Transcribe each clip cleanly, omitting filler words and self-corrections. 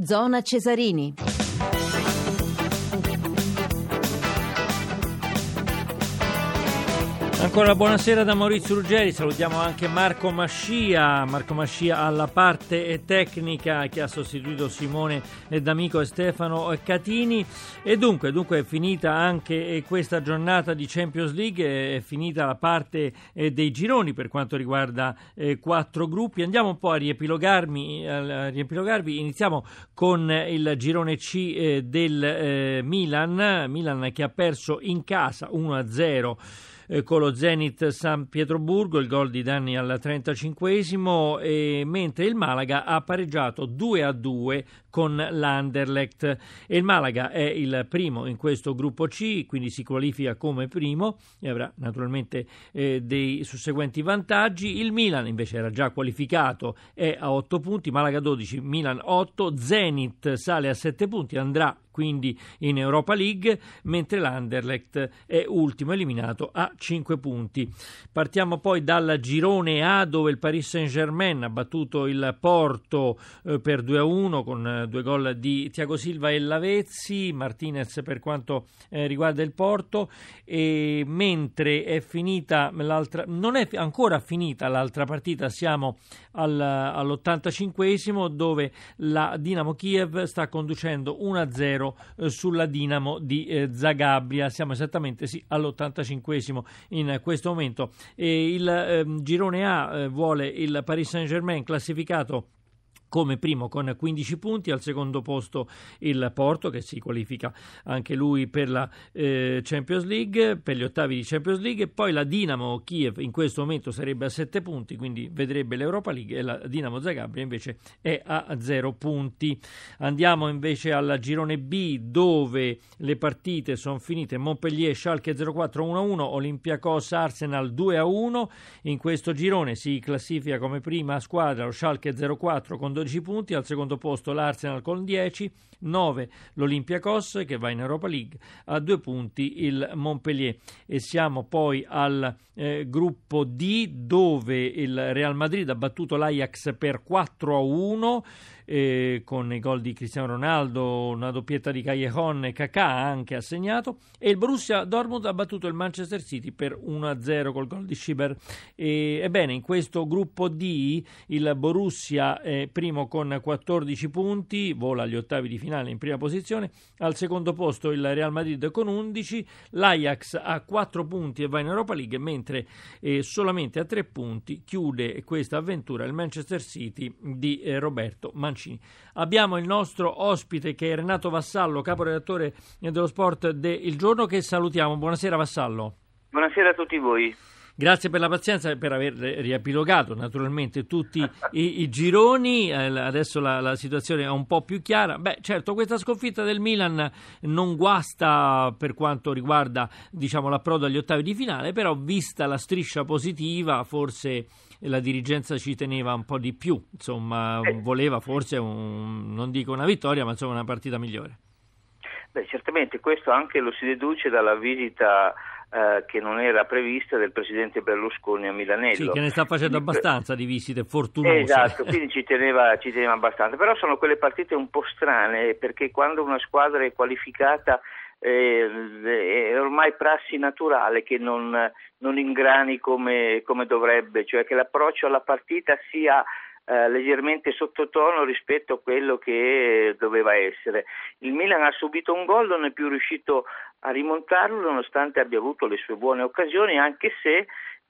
Zona Cesarini. Ancora buonasera da Maurizio Ruggeri, salutiamo anche Marco Mascia alla parte tecnica che ha sostituito Simone D'Amico e Stefano Catini. E dunque è finita anche questa giornata di Champions League, è finita la parte dei gironi per quanto riguarda 4 gruppi. Andiamo un po' a riepilogarvi, iniziamo con il girone C del Milan che ha perso in casa 1-0 con lo Zenit San Pietroburgo, il gol di Danni al 35esimo, mentre il Malaga ha pareggiato 2-2 con l'Anderlecht. E il Malaga è il primo in questo gruppo C, quindi si qualifica come primo e avrà naturalmente dei susseguenti vantaggi. Il Milan invece era già qualificato, è a 8 punti, Malaga 12, Milan 8, Zenit sale a 7 punti, andrà quindi in Europa League, mentre l'Anderlecht è ultimo, eliminato a 5 punti. Partiamo poi dal girone A, dove il Paris Saint-Germain ha battuto il Porto per 2-1 con 2 gol di Thiago Silva e Lavezzi, Martinez per quanto riguarda il Porto, e mentre è finita non è ancora finita l'altra partita, siamo all'85esimo, dove la Dinamo Kiev sta conducendo 1-0 sulla Dinamo di Zagabria. Siamo esattamente all'85esimo in questo momento. E il girone A vuole il Paris Saint-Germain classificato come primo con 15 punti, al secondo posto il Porto che si qualifica anche lui per la Champions League, per gli ottavi di Champions League, e poi la Dinamo Kiev in questo momento sarebbe a 7 punti, quindi vedrebbe l'Europa League, e la Dinamo Zagabria invece è a 0 punti. Andiamo invece al girone B, dove le partite sono finite: Montpellier Schalke 04 1-1, Olympiacos Arsenal 2-1. In questo girone si classifica come prima squadra lo Schalke 04 con 12 punti, al secondo posto l'Arsenal con 10, 9 l'Olympiacos che va in Europa League, a 2 punti il Montpellier. E siamo poi al gruppo D, dove il Real Madrid ha battuto l'Ajax per 4-1 con i gol di Cristiano Ronaldo, una doppietta di Callejon e Kaká anche ha segnato, e il Borussia Dortmund ha battuto il Manchester City per 1-0 col gol di Schieber. Ebbene, in questo gruppo D il Borussia è primo con 14 punti, vola agli ottavi di finale in prima posizione, al secondo posto il Real Madrid con 11, l'Ajax ha 4 punti e va in Europa League, mentre solamente a 3 punti chiude questa avventura il Manchester City di Roberto Mancini. Abbiamo il nostro ospite che è Renato Vassallo, caporedattore dello Sport del Giorno, che salutiamo. Buonasera Vassallo. Buonasera a tutti voi. Grazie per la pazienza e per aver riepilogato naturalmente tutti i gironi. Adesso la situazione è un po' più chiara. Beh, certo, questa sconfitta del Milan non guasta per quanto riguarda, l'approdo agli ottavi di finale, però vista la striscia positiva forse la dirigenza ci teneva un po' di più, voleva forse non dico una vittoria, ma una partita migliore. Beh, certamente questo anche lo si deduce dalla visita che non era prevista del presidente Berlusconi a Milanello. Sì, che ne sta facendo abbastanza di visite fortunose. Esatto, quindi ci teneva abbastanza, però sono quelle partite un po' strane, perché quando una squadra è qualificata è ormai prassi naturale che non ingrani come dovrebbe, cioè che l'approccio alla partita sia leggermente sottotono rispetto a quello che doveva essere. Il Milan ha subito un gol, non è più riuscito a rimontarlo nonostante abbia avuto le sue buone occasioni, anche se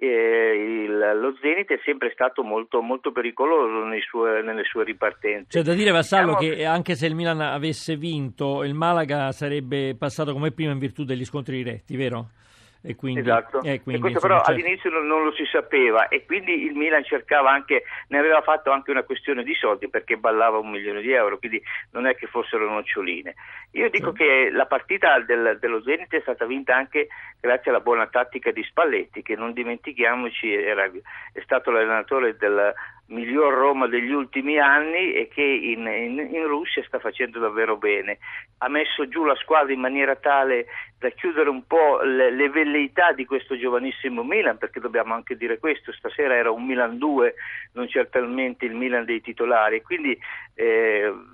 lo Zenit è sempre stato molto, molto pericoloso nelle sue ripartenze. C'è da dire, Vassallo, che anche se il Milan avesse vinto, il Malaga sarebbe passato come primo in virtù degli scontri diretti, vero? E quindi, esatto, e questo però all'inizio non lo si sapeva, e quindi il Milan cercava anche, ne aveva fatto anche una questione di soldi, perché ballava 1 milione di euro, quindi non è che fossero noccioline. Io dico che la partita dello Zenit è stata vinta anche grazie alla buona tattica di Spalletti, che non dimentichiamoci è stato l'allenatore del miglior Roma degli ultimi anni e che in Russia sta facendo davvero bene. Ha messo giù la squadra in maniera tale da chiudere un po' le velleità di questo giovanissimo Milan, perché dobbiamo anche dire questo: stasera era un Milan 2, non certamente il Milan dei titolari, quindi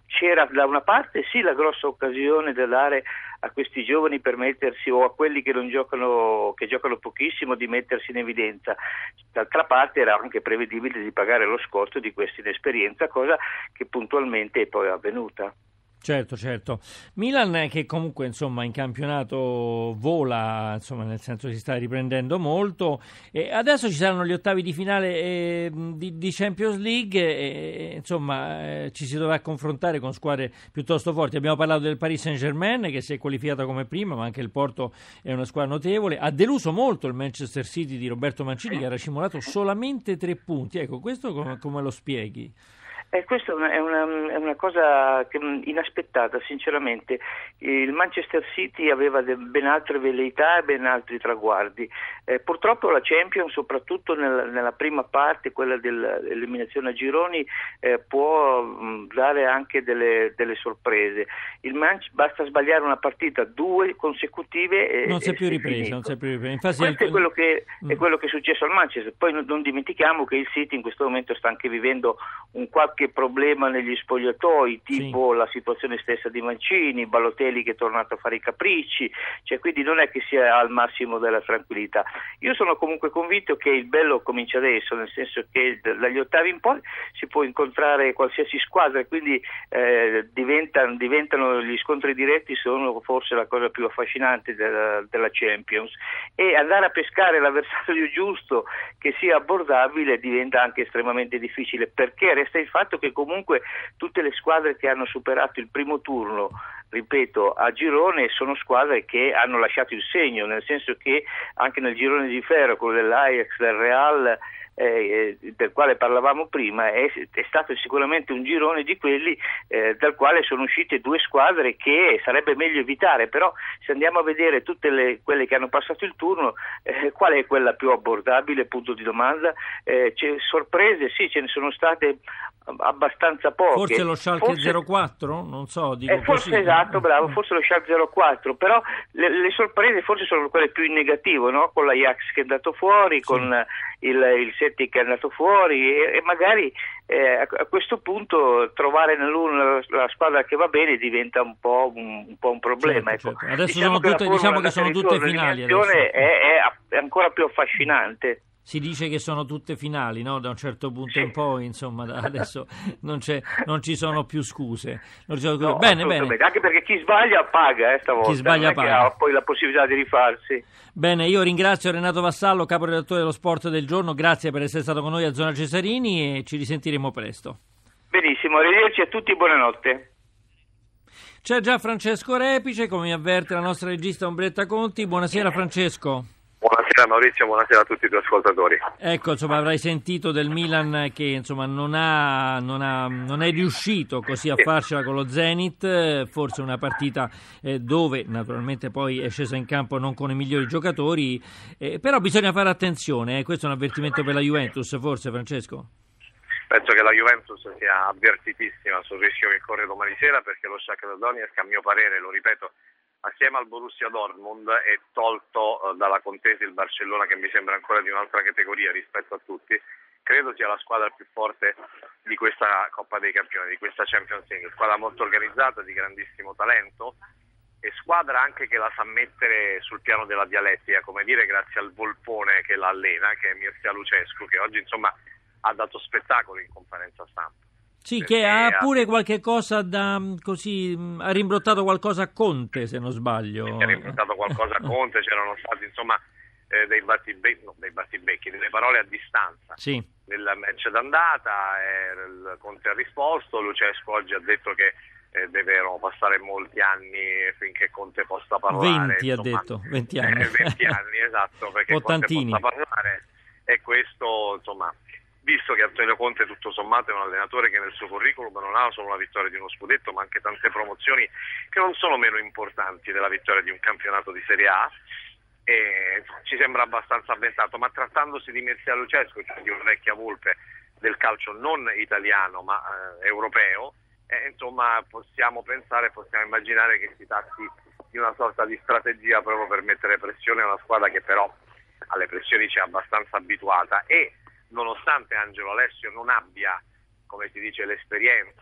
c'era da una parte sì la grossa occasione da dare a questi giovani per mettersi, o a quelli che non giocano, che giocano pochissimo, di mettersi in evidenza. D'altra parte era anche prevedibile di pagare lo sconto di questa inesperienza, cosa che puntualmente è poi avvenuta. Certo. Milan che comunque insomma in campionato vola, insomma, nel senso si sta riprendendo molto, e adesso ci saranno gli ottavi di finale di Champions League, e insomma ci si dovrà confrontare con squadre piuttosto forti. Abbiamo parlato del Paris Saint-Germain che si è qualificata come prima, ma anche il Porto è una squadra notevole. Ha deluso molto il Manchester City di Roberto Mancini, che ha racimolato solamente 3 punti. Ecco, questo come lo spieghi? Questa è una cosa inaspettata, sinceramente. Il Manchester City aveva ben altre velleità e ben altri traguardi. Purtroppo la Champions, soprattutto nella prima parte, quella dell'eliminazione a gironi, può dare anche delle sorprese. Basta sbagliare una partita, 2 consecutive e non si è più ripresa. Infatti, questo è quello che è successo al Manchester. Poi non dimentichiamo che il City in questo momento sta anche vivendo un qualche problema negli spogliatoi, tipo la situazione stessa di Mancini, Balotelli che è tornato a fare i capricci, cioè quindi non è che sia al massimo della tranquillità. Io sono comunque convinto che il bello comincia adesso, nel senso che dagli ottavi in poi si può incontrare qualsiasi squadra, e quindi diventano gli scontri diretti, sono forse la cosa più affascinante della Champions, e andare a pescare l'avversario giusto che sia abbordabile diventa anche estremamente difficile, perché resta il fatto che comunque tutte le squadre che hanno superato il primo turno, ripeto, a girone, sono squadre che hanno lasciato il segno, nel senso che anche nel girone di ferro, quello dell'Ajax, del Real, del quale parlavamo prima, è stato sicuramente un girone di quelli dal quale sono uscite 2 squadre che sarebbe meglio evitare. Però se andiamo a vedere tutte quelle che hanno passato il turno, qual è quella più abbordabile, punto di domanda? Sorprese sì, ce ne sono state abbastanza poche. Forse lo Schalke 04? Non so, dico forse così. Esatto, bravo, forse lo Schalke 04, però le sorprese forse sono quelle più in negativo, no? Con l'Ajax che è andato fuori, con il Celtic che è andato fuori, e magari a questo punto trovare nell'uno la squadra che va bene diventa un po' un problema. Certo. Adesso diciamo che sono tutte finali. È ancora più affascinante. Si dice che sono tutte finali, no? Da un certo punto in poi, insomma, adesso non ci sono più scuse. Bene. Anche perché chi sbaglia paga, stavolta. Chi sbaglia paga. Ha poi la possibilità di rifarsi. Bene, io ringrazio Renato Vassallo, caporedattore dello Sport del Giorno. Grazie per essere stato con noi a Zona Cesarini, e ci risentiremo presto. Benissimo, arrivederci a tutti e buonanotte. C'è già Francesco Repice, come mi avverte la nostra regista Ombretta Conti. Buonasera Francesco. Buonasera Maurizio, buonasera a tutti i tuoi ascoltatori. Ecco, insomma, avrai sentito del Milan che insomma non è riuscito così a farcela con lo Zenit, forse una partita dove naturalmente poi è scesa in campo non con i migliori giocatori, però bisogna fare attenzione, questo è un avvertimento per la Juventus, forse, Francesco? Penso che la Juventus sia avvertitissima sul rischio che corre domani sera, perché lo Shakhtar Donetsk, a mio parere, lo ripeto, assieme al Borussia Dortmund, è tolto dalla contesa il Barcellona, che mi sembra ancora di un'altra categoria rispetto a tutti. Credo sia la squadra più forte di questa Coppa dei Campioni, di questa Champions League, squadra molto organizzata, di grandissimo talento, e squadra anche che la sa mettere sul piano della dialettica, come dire, grazie al volpone che la allena, che è Mircea Lucescu, che oggi insomma ha dato spettacolo in conferenza stampa. Sì, che ha pure qualche cosa ha rimbrottato qualcosa a Conte, se non sbaglio. Ha rimbrottato qualcosa a Conte, c'erano stati insomma dei battibecchi, delle parole a distanza. Sì. Nel match d'andata, Conte ha risposto, Lucescu oggi ha detto che devono passare molti anni finché Conte possa parlare. 20 insomma, ha detto, 20 anni. 20 anni, esatto, perché Conte possa parlare, e questo insomma... Visto che Antonio Conte tutto sommato è un allenatore che nel suo curriculum non ha solo la vittoria di uno scudetto, ma anche tante promozioni che non sono meno importanti della vittoria di un campionato di Serie A, e ci sembra abbastanza avventato. Ma trattandosi di Mircea Lucescu, cioè di una vecchia volpe del calcio non italiano ma europeo, insomma possiamo immaginare che si tratti di una sorta di strategia proprio per mettere pressione a una squadra che però alle pressioni ci è abbastanza abituata, e nonostante Angelo Alessio non abbia, come si dice, l'esperienza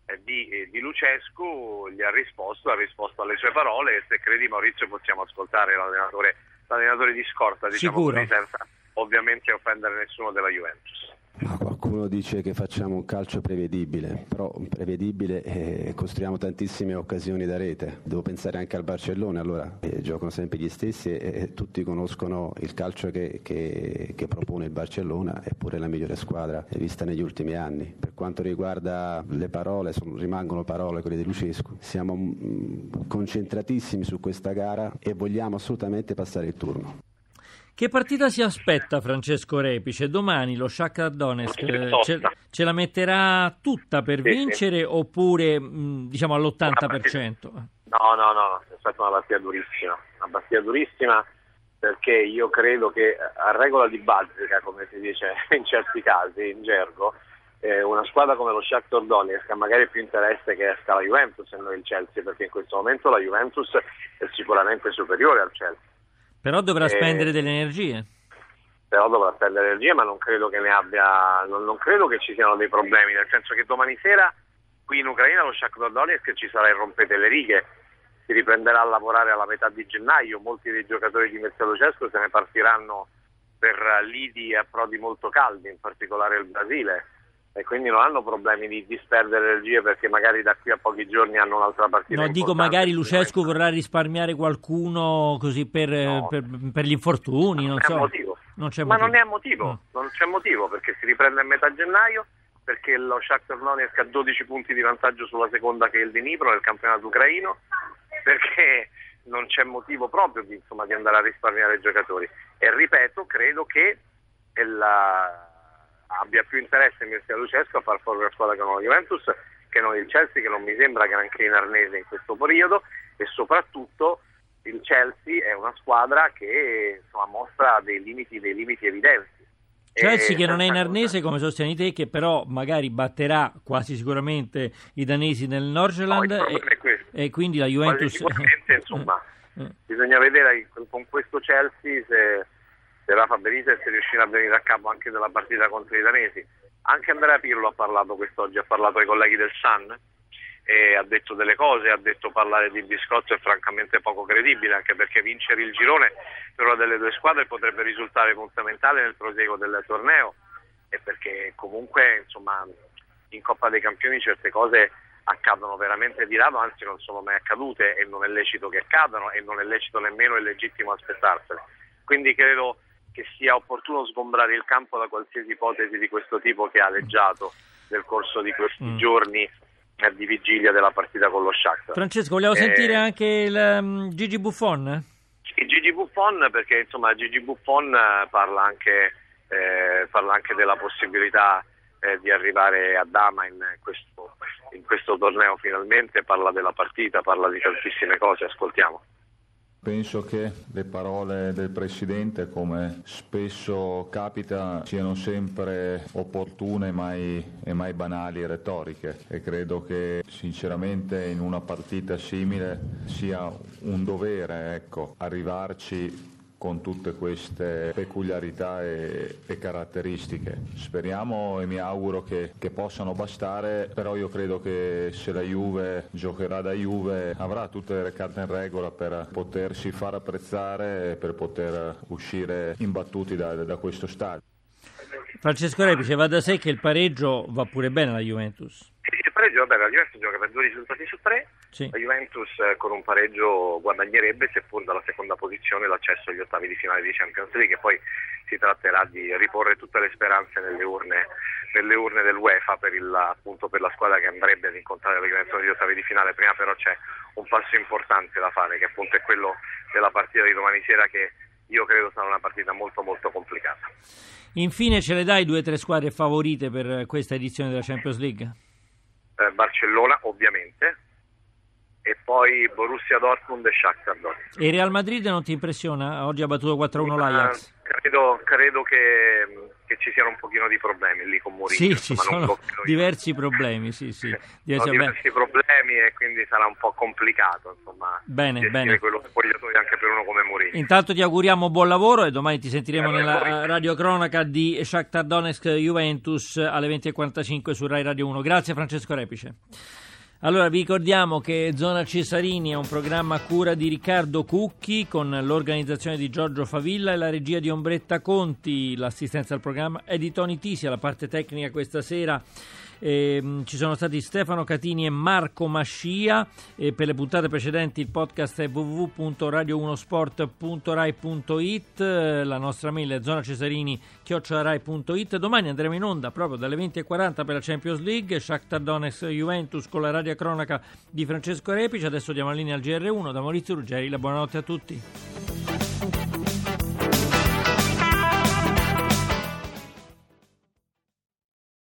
di Lucescu, gli ha risposto alle sue parole, e se credi, Maurizio, possiamo ascoltare l'allenatore di scorta, diciamo così, senza ovviamente offendere nessuno della Juventus. Ma qualcuno dice che facciamo un calcio prevedibile, però prevedibile costruiamo tantissime occasioni da rete. Devo pensare anche al Barcellona, allora giocano sempre gli stessi e tutti conoscono il calcio che propone il Barcellona, eppure la migliore squadra vista negli ultimi anni. Per quanto riguarda le parole, rimangono parole quelle di Lucescu. Siamo concentratissimi su questa gara e vogliamo assolutamente passare il turno. Che partita si aspetta Francesco Repice? Domani lo Shakhtar Donetsk ce la metterà tutta per vincere oppure diciamo all'80%? No, si aspetta una partita durissima perché io credo che a regola di bazzica, come si dice in certi casi, in gergo, una squadra come lo Shakhtar Donetsk ha magari più interesse che esca la Juventus e non il Chelsea, perché in questo momento la Juventus è sicuramente superiore al Chelsea. Però dovrà spendere delle energie. Ma non credo che ne abbia, non credo che ci siano dei problemi, nel senso che domani sera qui in Ucraina lo Shakhtar Donetsk ci sarà il rompete le righe, si riprenderà a lavorare alla metà di gennaio, molti dei giocatori di Messina Lucescu se ne partiranno per lidi e approdi molto caldi, in particolare il Brasile, e quindi non hanno problemi di disperdere energie perché magari da qui a pochi giorni hanno un'altra partita. No, dico magari Lucescu vorrà risparmiare qualcuno così per gli infortuni, non c'è motivo. Non c'è motivo perché si riprende a metà gennaio, perché lo Shakhtar Donetsk ha 12 punti di vantaggio sulla seconda che è il Dnipro nel campionato ucraino, perché non c'è motivo proprio di andare a risparmiare i giocatori. E ripeto, credo che abbia più interesse in Messina Lucescu a far fuori una squadra che non la Juventus, che non il Chelsea, che non mi sembra granché in arnese in questo periodo, e soprattutto il Chelsea è una squadra che mostra dei limiti evidenti. Chelsea che non è in arnese, come sostieni te, che però magari batterà quasi sicuramente i danesi nel Norgeland, e quindi la Juventus... Sicuramente, bisogna vedere con questo Chelsea se Rafa Benitez riuscirà a venire a capo anche della partita contro i danesi. Anche Andrea Pirlo ha parlato quest'oggi, ha parlato ai colleghi del Sun e ha detto delle cose, parlare di biscotto è francamente poco credibile, anche perché vincere il girone per una delle due squadre potrebbe risultare fondamentale nel proseguo del torneo, e perché comunque in Coppa dei Campioni certe cose accadono veramente di rado, anzi non sono mai accadute, e non è lecito che accadano, e non è lecito nemmeno, è legittimo aspettarsene. Quindi credo che sia opportuno sgombrare il campo da qualsiasi ipotesi di questo tipo che ha aleggiato nel corso di questi giorni di vigilia della partita con lo Shakhtar. Francesco, vogliamo sentire anche il Gigi Buffon? Sì, Gigi Buffon, perché Gigi Buffon parla anche della possibilità di arrivare a Dama in questo torneo finalmente, parla della partita, parla di tantissime cose, ascoltiamo. Penso che le parole del Presidente, come spesso capita, siano sempre opportune e mai banali e retoriche, e credo che sinceramente in una partita simile sia un dovere arrivarci con tutte queste peculiarità e caratteristiche. Speriamo e mi auguro che possano bastare, però io credo che se la Juve giocherà da Juve avrà tutte le carte in regola per potersi far apprezzare e per poter uscire imbattuti da questo stadio. Francesco Repice, va da sé che il pareggio va pure bene alla Juventus. Il pareggio, la Juventus gioca per 2 risultati su 3, sì. La Juventus con un pareggio guadagnerebbe, seppur dalla seconda posizione, l'accesso agli ottavi di finale di Champions League, e poi si tratterà di riporre tutte le speranze nelle urne dell'UEFA per la squadra che andrebbe ad incontrare la Juventus negli ottavi di finale. Prima però c'è un passo importante da fare, che appunto è quello della partita di domani sera, che io credo sarà una partita molto molto complicata. Infine ce le dai 2 o 3 squadre favorite per questa edizione della Champions League? Barcellona ovviamente, e poi Borussia Dortmund e Shakhtar Donetsk. E Real Madrid non ti impressiona? Oggi ha battuto 4-1 l'Ajax. Credo che ci siano un pochino di problemi lì con Mourinho. Sì, ci sono diversi problemi, sì. Diversi problemi, problemi e quindi sarà un po' complicato, insomma, gestire quello spogliatoio anche per uno come Mourinho. Intanto ti auguriamo buon lavoro e domani ti sentiremo nella radiocronaca di Shakhtar Donetsk Juventus alle 20:45 su Rai Radio 1. Grazie Francesco Repice. Allora vi ricordiamo che Zona Cesarini è un programma a cura di Riccardo Cucchi con l'organizzazione di Giorgio Favilla e la regia di Ombretta Conti, l'assistenza al programma è di Tony Tisi, alla parte tecnica questa sera ci sono stati Stefano Catini e Marco Mascia e per le puntate precedenti il podcast è www.radio1sport.rai.it, la nostra mail è zonacesarini@rai.it. Domani andremo in onda proprio dalle 20:40 per la Champions League, Shakhtar Donetsk Juventus con la radiocronaca di Francesco Repice. Adesso diamo la linea al GR1 da Maurizio Ruggeri, la buonanotte a tutti.